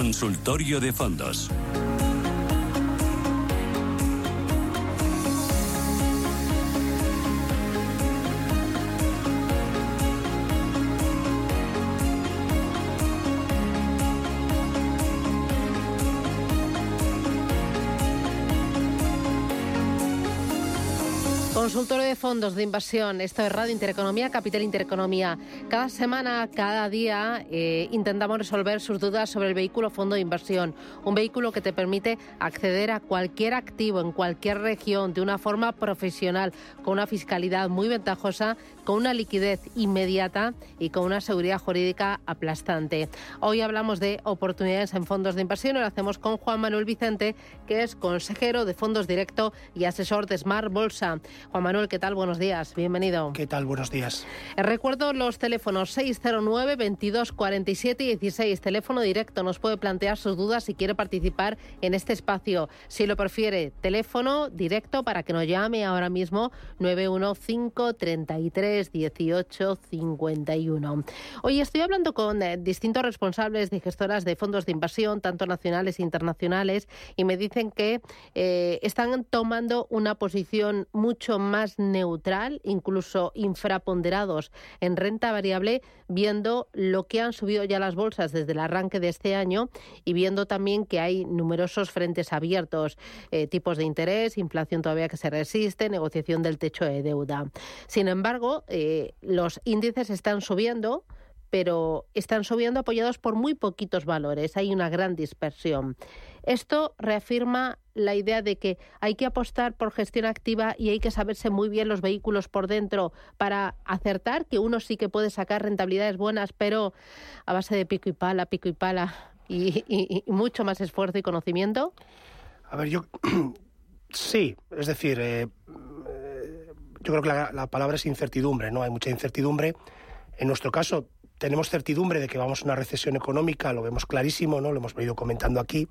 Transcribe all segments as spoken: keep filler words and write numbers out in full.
Consultorio de fondos. Consultorio de fondos de inversión. Esto es Radio Intereconomía, Capital Intereconomía. Cada semana, cada día, eh, intentamos resolver sus dudas sobre el vehículo fondo de inversión. Un vehículo que te permite acceder a cualquier activo en cualquier región de una forma profesional, con una fiscalidad muy ventajosa, con una liquidez inmediata y con una seguridad jurídica aplastante. Hoy hablamos de oportunidades en fondos de inversión y lo hacemos con Juan Manuel Vicente, que es consejero de Fondos Directo y asesor de Smart Bolsa. Juan Manuel, ¿qué tal? Buenos días, bienvenido. ¿Qué tal? Buenos días. Recuerdo los teléfonos seis cero nueve, veintidós, cuarenta y siete dieciséis, teléfono directo, nos puede plantear sus dudas si quiere participar en este espacio. Si lo prefiere, teléfono directo para que nos llame ahora mismo, nueve uno cinco, treinta y tres, dieciocho, cincuenta y uno. Hoy estoy hablando con eh, distintos responsables de gestoras de fondos de inversión, tanto nacionales e internacionales, y me dicen que eh, están tomando una posición mucho más neutral, incluso infraponderados en renta variable, viendo lo que han subido ya las bolsas desde el arranque de este año y viendo también que hay numerosos frentes abiertos, eh, tipos de interés, inflación todavía que se resiste, negociación del techo de deuda. Sin embargo, eh, los índices están subiendo, pero están subiendo apoyados por muy poquitos valores. Hay una gran dispersión. Esto reafirma la idea de que hay que apostar por gestión activa y hay que saberse muy bien los vehículos por dentro para acertar, que uno sí que puede sacar rentabilidades buenas, pero a base de pico y pala, pico y pala y, y, y mucho más esfuerzo y conocimiento. A ver, yo sí, es decir, eh, yo creo que la, la palabra es incertidumbre, ¿no? Hay mucha incertidumbre. En nuestro caso, tenemos certidumbre de que vamos a una recesión económica, lo vemos clarísimo, ¿no? Lo hemos venido comentando aquí.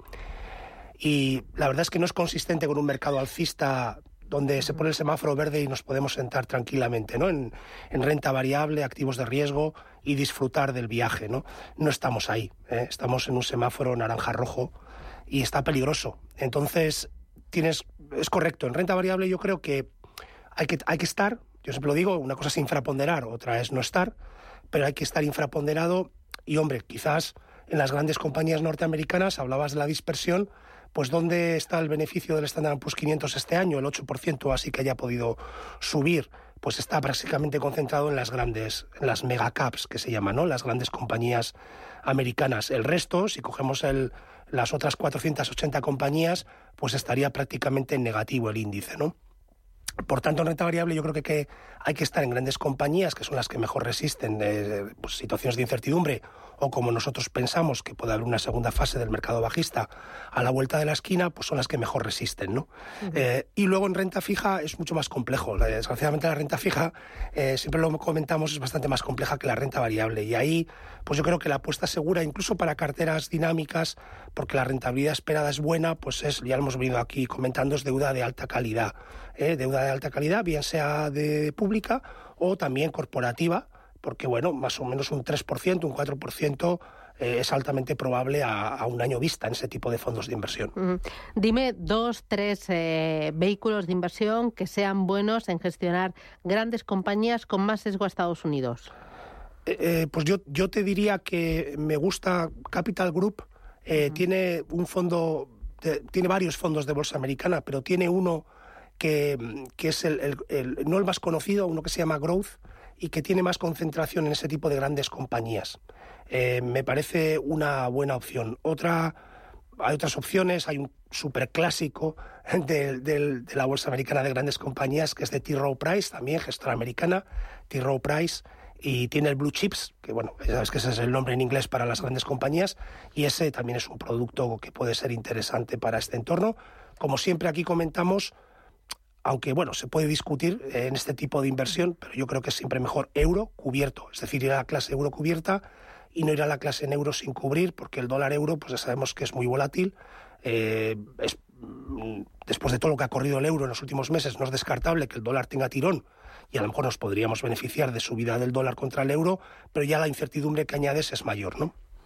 Y la verdad es que no es consistente con un mercado alcista donde se pone el semáforo verde y nos podemos sentar tranquilamente, ¿no? En, en renta variable, activos de riesgo y disfrutar del viaje, ¿no? No estamos ahí, ¿eh? Estamos en un semáforo naranja-rojo y está peligroso. Entonces, tienes, es correcto, en renta variable yo creo que hay que, hay que estar, yo siempre lo digo, una cosa es infraponderar, otra es no estar, pero hay que estar infraponderado y, hombre, quizás en las grandes compañías norteamericanas, hablabas de la dispersión, pues ¿dónde está el beneficio del Standard and Poor's quinientos este año? El ocho por ciento así que haya podido subir, pues está prácticamente concentrado en las grandes, en las megacaps que se llaman, ¿no? Las grandes compañías americanas. El resto, si cogemos el, las otras cuatrocientas ochenta compañías, pues estaría prácticamente en negativo el índice, ¿no? Por tanto, en renta variable yo creo que, que hay que estar en grandes compañías, que son las que mejor resisten de, pues, situaciones de incertidumbre, o como nosotros pensamos que puede haber una segunda fase del mercado bajista a la vuelta de la esquina, pues son las que mejor resisten, ¿no? Uh-huh. Eh, y luego en renta fija es mucho más complejo. Desgraciadamente la renta fija, eh, siempre lo comentamos, es bastante más compleja que la renta variable. Y ahí, pues yo creo que la apuesta segura, incluso para carteras dinámicas, porque la rentabilidad esperada es buena, pues es, ya lo hemos venido aquí comentando, es deuda de alta calidad. Eh, deuda de alta calidad, bien sea de pública o también corporativa, porque bueno, más o menos un tres por ciento, un cuatro por ciento eh, es altamente probable a, a un año vista en ese tipo de fondos de inversión. Uh-huh. Dime dos, tres eh, vehículos de inversión que sean buenos en gestionar grandes compañías con más sesgo a Estados Unidos. Eh, eh, pues yo, yo te diría que me gusta Capital Group, eh, uh-huh. tiene un fondo, de, tiene varios fondos de bolsa americana, pero tiene uno que, que es el, el, el, no el más conocido, uno que se llama Growth, y que tiene más concentración en ese tipo de grandes compañías. Eh, me parece una buena opción. Otra, hay otras opciones, hay un superclásico de, de, de la bolsa americana de grandes compañías, que es de T. Rowe Price, también gestora americana, T. Rowe Price, y tiene el Blue Chips, que bueno, ya sabes que ese es el nombre en inglés para las grandes compañías, y ese también es un producto que puede ser interesante para este entorno. Como siempre aquí comentamos, aunque bueno, se puede discutir en este tipo de inversión, pero yo creo que es siempre mejor euro cubierto, es decir, ir a la clase euro cubierta y no ir a la clase en euro sin cubrir, porque el dólar euro pues ya sabemos que es muy volátil. Eh, es, después de todo lo que ha corrido el euro en los últimos meses, no es descartable que el dólar tenga tirón y a lo mejor nos podríamos beneficiar de subida del dólar contra el euro, pero ya la incertidumbre que añades es mayor, ¿no?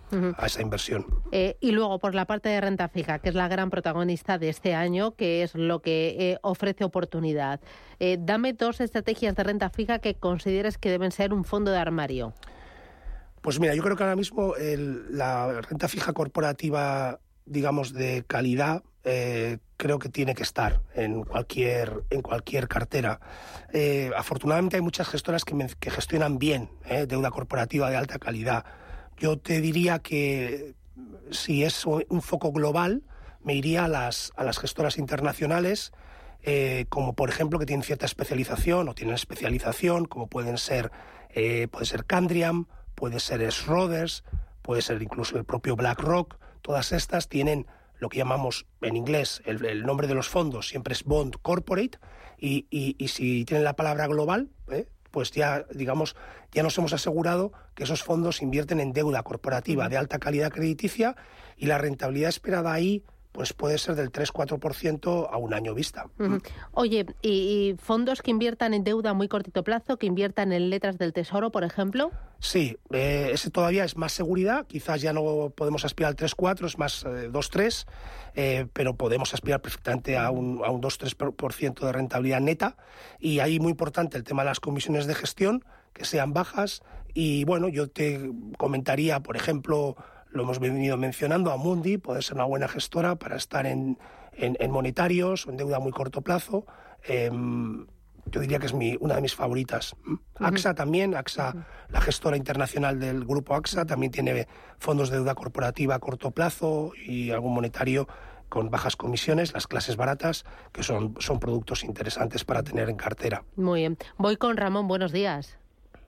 uh-huh. a esa inversión. Eh, y luego, por la parte de renta fija, que es la gran protagonista de este año, que es lo que eh, ofrece oportunidad. Eh, dame dos estrategias de renta fija que consideres que deben ser un fondo de armario. Pues mira, yo creo que ahora mismo el, la renta fija corporativa, digamos, de calidad, eh, creo que tiene que estar en cualquier en cualquier cartera. Eh, afortunadamente hay muchas gestoras que, me, que gestionan bien eh, deuda corporativa de alta calidad. Yo te diría que si es un foco global, me iría a las, a las gestoras internacionales, eh, como por ejemplo que tienen cierta especialización o tienen especialización, como pueden ser, eh, puede ser Candriam, puede ser Schroders, puede ser incluso el propio BlackRock. Todas estas tienen lo que llamamos en inglés, el, el nombre de los fondos siempre es Bond Corporate, y, y, y si tienen la palabra global, ¿eh? pues ya, digamos, ya nos hemos asegurado que esos fondos invierten en deuda corporativa uh-huh. de alta calidad crediticia, y la rentabilidad esperada ahí pues puede ser del tres a cuatro por ciento a un año vista. Uh-huh. Oye, ¿y, ¿y fondos que inviertan en deuda a muy cortito plazo, que inviertan en letras del Tesoro, por ejemplo? Sí, eh, ese todavía es más seguridad, quizás ya no podemos aspirar al tres a cuatro, es más eh, dos a tres, eh, pero podemos aspirar perfectamente a un, a un dos a tres por ciento de rentabilidad neta, y ahí muy importante el tema de las comisiones de gestión, que sean bajas, y bueno, yo te comentaría, por ejemplo, lo hemos venido mencionando, Amundi puede ser una buena gestora para estar en, en, en monetarios o en deuda a muy corto plazo. Eh, yo diría que es mi, una de mis favoritas. Uh-huh. AXA también, AXA, uh-huh. la gestora internacional del grupo AXA, también tiene fondos de deuda corporativa a corto plazo y algún monetario con bajas comisiones, las clases baratas, que son, son productos interesantes para tener en cartera. Muy bien. Voy con Ramón, buenos días.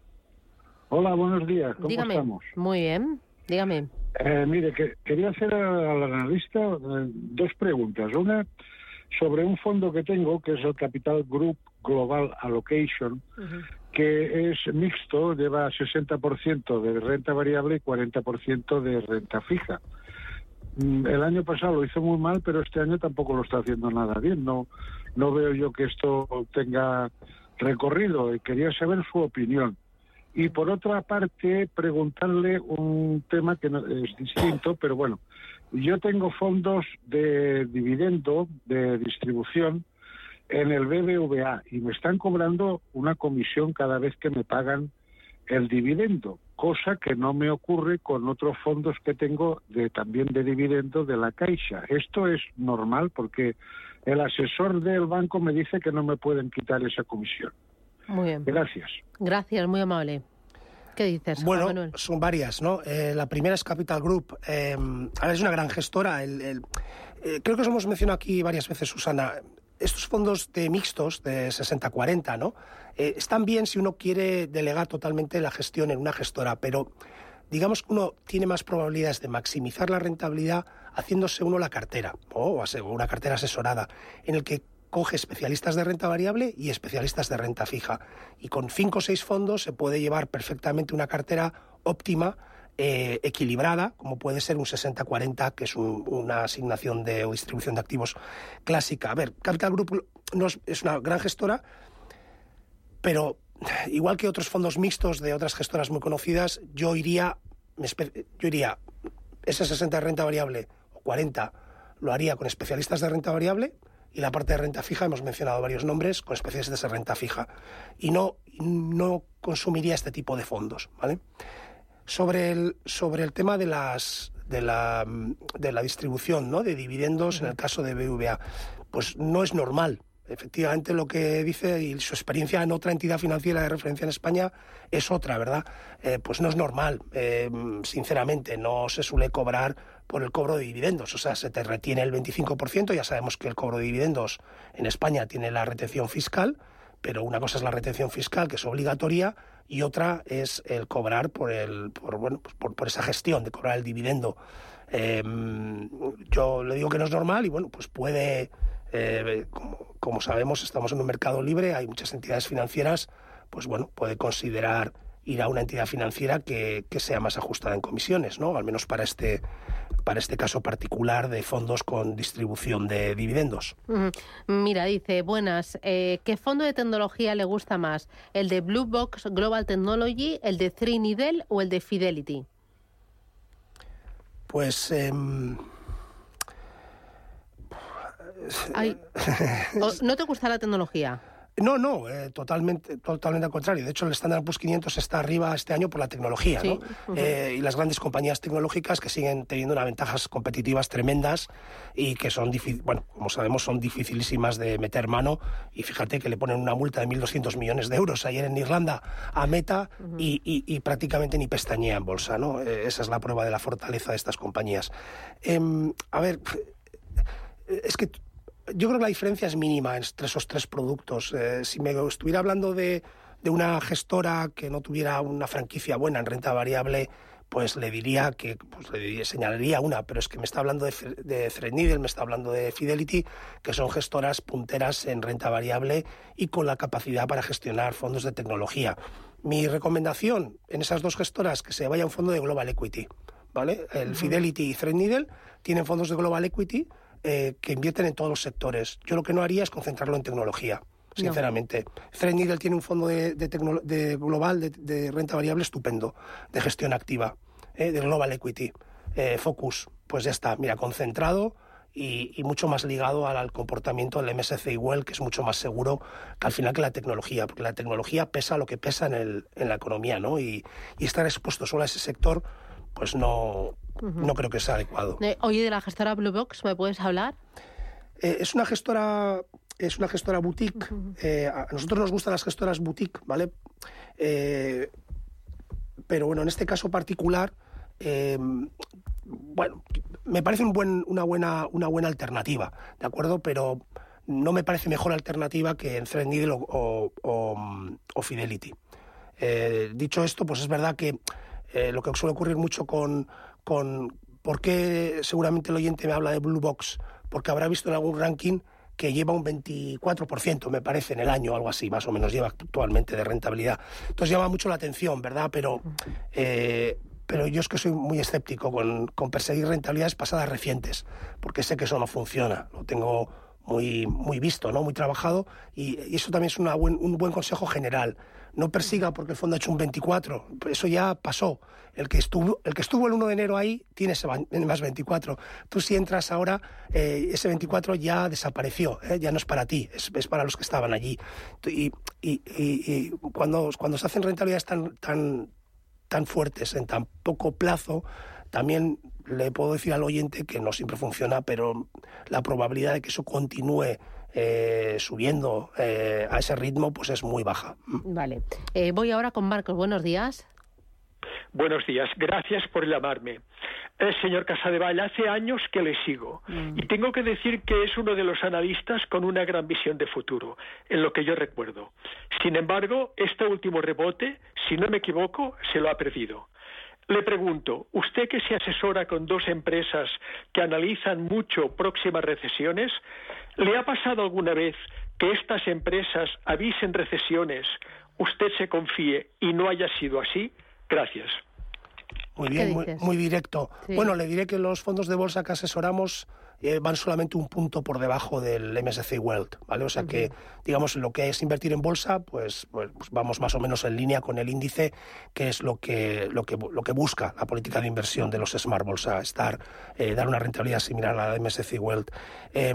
Hola, buenos días. ¿Cómo Dígame. estamos? Muy bien, dígame. Eh, mire, que, quería hacer al analista eh, dos preguntas. Una, sobre un fondo que tengo, que es el Capital Group Global Allocation, uh-huh. que es mixto, lleva sesenta por ciento de renta variable y cuarenta por ciento de renta fija. El año pasado lo hizo muy mal, pero este año tampoco lo está haciendo nada bien. No, no veo yo que esto tenga recorrido, y quería saber su opinión. Y por otra parte, preguntarle un tema que no, es distinto, pero bueno, yo tengo fondos de dividendo, de distribución, en el B B V A, y me están cobrando una comisión cada vez que me pagan el dividendo, cosa que no me ocurre con otros fondos que tengo de también de dividendo de la Caixa. Esto es normal porque el asesor del banco me dice que no me pueden quitar esa comisión. Muy bien. Gracias. Gracias, muy amable. ¿Qué dices, Bueno, Juan Manuel? Son varias, ¿no? Eh, la primera es Capital Group. Eh, ahora es una gran gestora. El, el, eh, creo que os hemos mencionado aquí varias veces, Susana. Estos fondos de mixtos de sesenta cuarenta, ¿no? Eh, están bien si uno quiere delegar totalmente la gestión en una gestora, pero digamos que uno tiene más probabilidades de maximizar la rentabilidad haciéndose uno la cartera, o una cartera asesorada, en el que coge especialistas de renta variable y especialistas de renta fija. Y con cinco o seis fondos se puede llevar perfectamente una cartera óptima, eh, equilibrada, como puede ser un sesenta cuarenta, que es un, una asignación de o distribución de activos clásica. A ver, Capital Group no es, es una gran gestora, pero igual que otros fondos mixtos de otras gestoras muy conocidas, yo iría, yo iría ese sesenta de renta variable o cuarenta lo haría con especialistas de renta variable, y la parte de renta fija, hemos mencionado varios nombres, con especialistas de renta fija. Y no, no consumiría este tipo de fondos, ¿vale? Sobre el, sobre el tema de las de la, de la distribución, ¿no?, de dividendos, uh-huh. en el caso de B B V A, pues no es normal. Efectivamente, lo que dice y su experiencia en otra entidad financiera de referencia en España es otra, ¿verdad? Eh, pues no es normal, eh, sinceramente, no se suele cobrar por el cobro de dividendos, o sea, se te retiene el veinticinco por ciento, ya sabemos que el cobro de dividendos en España tiene la retención fiscal, pero una cosa es la retención fiscal, que es obligatoria, y otra es el cobrar por el por bueno pues por, por esa gestión de cobrar el dividendo. Eh, yo le digo que no es normal y bueno, pues puede, eh, como, como sabemos, estamos en un mercado libre, hay muchas entidades financieras, pues bueno, puede considerar ir a una entidad financiera que, que sea más ajustada en comisiones, ¿no? Al menos para este para este caso particular de fondos con distribución de dividendos. Uh-huh. Mira, dice, buenas, eh, ¿qué fondo de tecnología le gusta más? ¿El de Blue Box Global Technology, el de Trinidad o el de Fidelity? Pues... Eh, Ay, ¿no te gusta la tecnología? No, no, eh, totalmente, totalmente al contrario. De hecho, el Standard and Poor's quinientos está arriba este año por la tecnología, sí. ¿no? Uh-huh. Eh, y las grandes compañías tecnológicas que siguen teniendo unas ventajas competitivas tremendas y que son, bueno, como sabemos, son dificilísimas de meter mano. Y fíjate que le ponen una multa de mil doscientos millones de euros ayer en Irlanda a Meta uh-huh. y, y, y prácticamente ni pestañea en bolsa, ¿no? Eh, esa es la prueba de la fortaleza de estas compañías. Eh, a ver, es que... Yo creo que la diferencia es mínima entre esos tres productos. Eh, si me estuviera hablando de, de una gestora que no tuviera una franquicia buena en renta variable, pues le diría que pues le diría, señalaría una, pero es que me está hablando de, de Threadneedle, me está hablando de Fidelity, que son gestoras punteras en renta variable y con la capacidad para gestionar fondos de tecnología. Mi recomendación en esas dos gestoras, que se vaya a un fondo de Global Equity, ¿vale? El uh-huh. Fidelity y Threadneedle tienen fondos de Global Equity Eh, que invierten en todos los sectores. Yo lo que no haría es concentrarlo en tecnología, sinceramente. No. Threadneedle tiene un fondo de, de, tecno, de global de, de renta variable estupendo, de gestión activa, eh, de Global Equity. Eh, Focus, pues ya está, mira, concentrado y, y mucho más ligado al, al comportamiento del M S C I World, que es mucho más seguro que al final que la tecnología, porque la tecnología pesa lo que pesa en, el, en la economía, ¿no? Y, y estar expuesto solo a ese sector, pues no... Uh-huh. No creo que sea adecuado. Eh, oye, de la gestora Blue Box, ¿me puedes hablar? Eh, es una gestora, es una gestora boutique. Uh-huh. Eh, a nosotros nos gustan las gestoras boutique, ¿vale? Eh, pero bueno, en este caso particular, eh, bueno, me parece un buen, una buena, una buena alternativa, ¿de acuerdo? Pero no me parece mejor alternativa que en Threadneedle o, o, o, o Fidelity. Eh, dicho esto, pues es verdad que eh, lo que suele ocurrir mucho con con por qué seguramente el oyente me habla de Blue Box, porque habrá visto en algún ranking que lleva un veinticuatro por ciento, me parece, en el año, algo así, más o menos lleva actualmente de rentabilidad. Entonces llama mucho la atención, ¿verdad? Pero, eh, pero yo es que soy muy escéptico con, con perseguir rentabilidades pasadas recientes, porque sé que eso no funciona, lo tengo muy, muy visto, ¿no? Muy trabajado, y, y eso también es una buen, un buen consejo general. No persiga porque el fondo ha hecho un veinticuatro, eso ya pasó. El que estuvo el que estuvo el uno de enero ahí tiene ese más veinticuatro. Tú si entras ahora, eh, ese veinticuatro ya desapareció, ¿eh? Ya no es para ti, es, es para los que estaban allí. Y, y, y, y cuando, cuando se hacen rentabilidades tan, tan, tan fuertes en tan poco plazo, también le puedo decir al oyente que no siempre funciona, pero la probabilidad de que eso continúe Eh, subiendo eh, a ese ritmo, pues es muy baja. Vale. Eh, voy ahora con Marcos. Buenos días. Buenos días. Gracias por llamarme. Eh, señor Casadevall, hace años que le sigo mm. y tengo que decir que es uno de los analistas con una gran visión de futuro, en lo que yo recuerdo. Sin embargo, este último rebote, si no me equivoco, se lo ha perdido. Le pregunto, usted que se asesora con dos empresas que analizan mucho próximas recesiones, ¿le ha pasado alguna vez que estas empresas avisen recesiones, usted se confíe y no haya sido así? Gracias. Muy bien, muy, muy directo. Sí. Bueno, le diré que los fondos de bolsa que asesoramos eh, van solamente un punto por debajo del M S C I World, ¿vale? O sea uh-huh. que, digamos, lo que es invertir en bolsa, pues, pues, pues vamos más o menos en línea con el índice, que es lo que lo que lo que busca la política de inversión de los Smart Bolsa, estar eh, dar una rentabilidad similar a la M S C I World. Eh,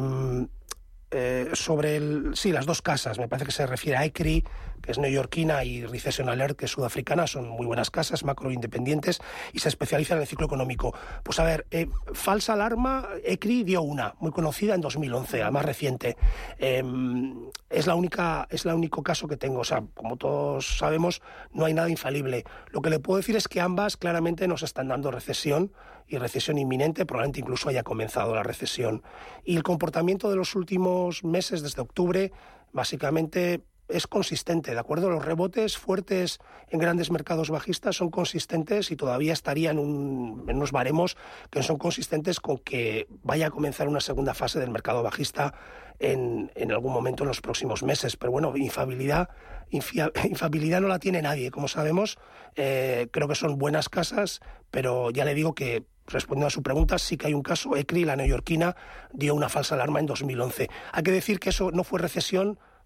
Eh, sobre el, sí, las dos casas, me parece que se refiere a E C R I, que es neoyorquina, y Recession Alert, que es sudafricana, son muy buenas casas, macro independientes, y se especializan en el ciclo económico. Pues a ver, eh, falsa alarma, E C R I dio una, muy conocida en dos mil once, la más reciente. Eh, es la única, es el único caso que tengo, o sea, como todos sabemos, no hay nada infalible. Lo que le puedo decir es que ambas claramente nos están dando recesión, y recesión inminente, probablemente incluso haya comenzado la recesión. Y el comportamiento de los últimos meses, desde octubre, básicamente es consistente, ¿de acuerdo? Los rebotes fuertes en grandes mercados bajistas son consistentes y todavía estarían en, un, en unos baremos que son consistentes con que vaya a comenzar una segunda fase del mercado bajista en, en algún momento en los próximos meses. Pero bueno, infabilidad, infia, infabilidad no la tiene nadie, como sabemos. Eh, creo que son buenas casas, pero ya le digo que, respondiendo a su pregunta, sí que hay un caso. E C R I, la neoyorquina, dio una falsa alarma en dos mil once. Hay que decir que eso no fue recesión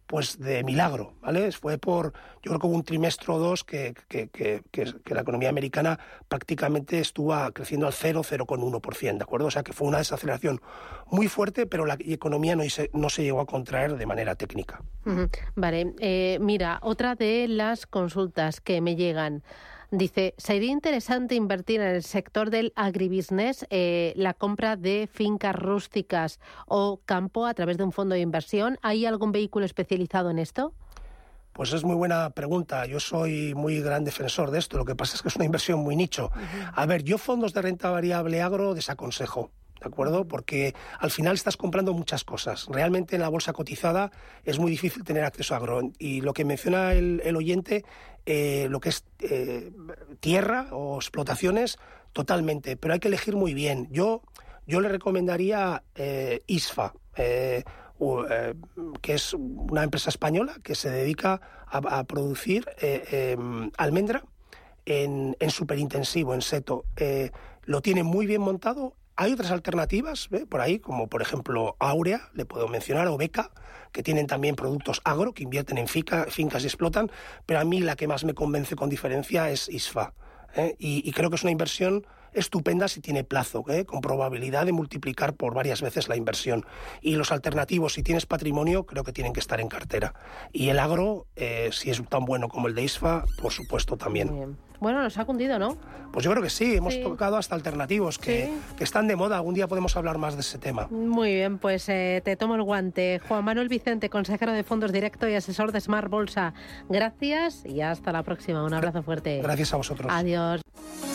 pues de milagro, ¿vale? Fue por, yo creo que hubo un trimestre o dos que, que, que, que, que la economía americana prácticamente estuvo creciendo al cero, cero coma uno por ciento, ¿de acuerdo? O sea que fue una desaceleración muy fuerte, pero la economía no se, no se llegó a contraer de manera técnica. Uh-huh. Vale, eh, mira, otra de las consultas que me llegan. Dice, ¿sería interesante invertir en el sector del agribusiness, eh, la compra de fincas rústicas o campo a través de un fondo de inversión? ¿Hay algún vehículo especializado en esto? Pues es muy buena pregunta. Yo soy muy gran defensor de esto. Lo que pasa es que es una inversión muy nicho. Uh-huh. A ver, yo fondos de renta variable agro desaconsejo. ¿De acuerdo? Porque al final estás comprando muchas cosas. Realmente en la bolsa cotizada es muy difícil tener acceso a agro. Y lo que menciona el, el oyente, eh, lo que es eh, tierra o explotaciones, totalmente. Pero hay que elegir muy bien. Yo, yo le recomendaría eh, I S F A, eh, uh, eh, que es una empresa española que se dedica a, a producir eh, eh, almendra en, en superintensivo, en seto. Eh, lo tiene muy bien montado. Hay otras alternativas, ¿eh? por ahí, como por ejemplo Aurea, le puedo mencionar, o Beca, que tienen también productos agro, que invierten en finca, fincas y explotan, pero a mí la que más me convence con diferencia es I S F A. ¿eh? Y, y creo que es una inversión estupenda si tiene plazo, ¿eh? con probabilidad de multiplicar por varias veces la inversión. Y los alternativos, si tienes patrimonio, creo que tienen que estar en cartera. Y el agro, eh, si es tan bueno como el de I S F A, por supuesto también. Bien. Bueno, nos ha cundido, ¿no? Pues yo creo que sí, hemos sí. tocado hasta alternativos que, sí. que están de moda. Algún día podemos hablar más de ese tema. Muy bien, pues eh, te tomo el guante. Juan Manuel Vicente, consejero de Fondos Directo y asesor de Smart Bolsa. Gracias y hasta la próxima. Un abrazo fuerte. Gracias a vosotros. Adiós.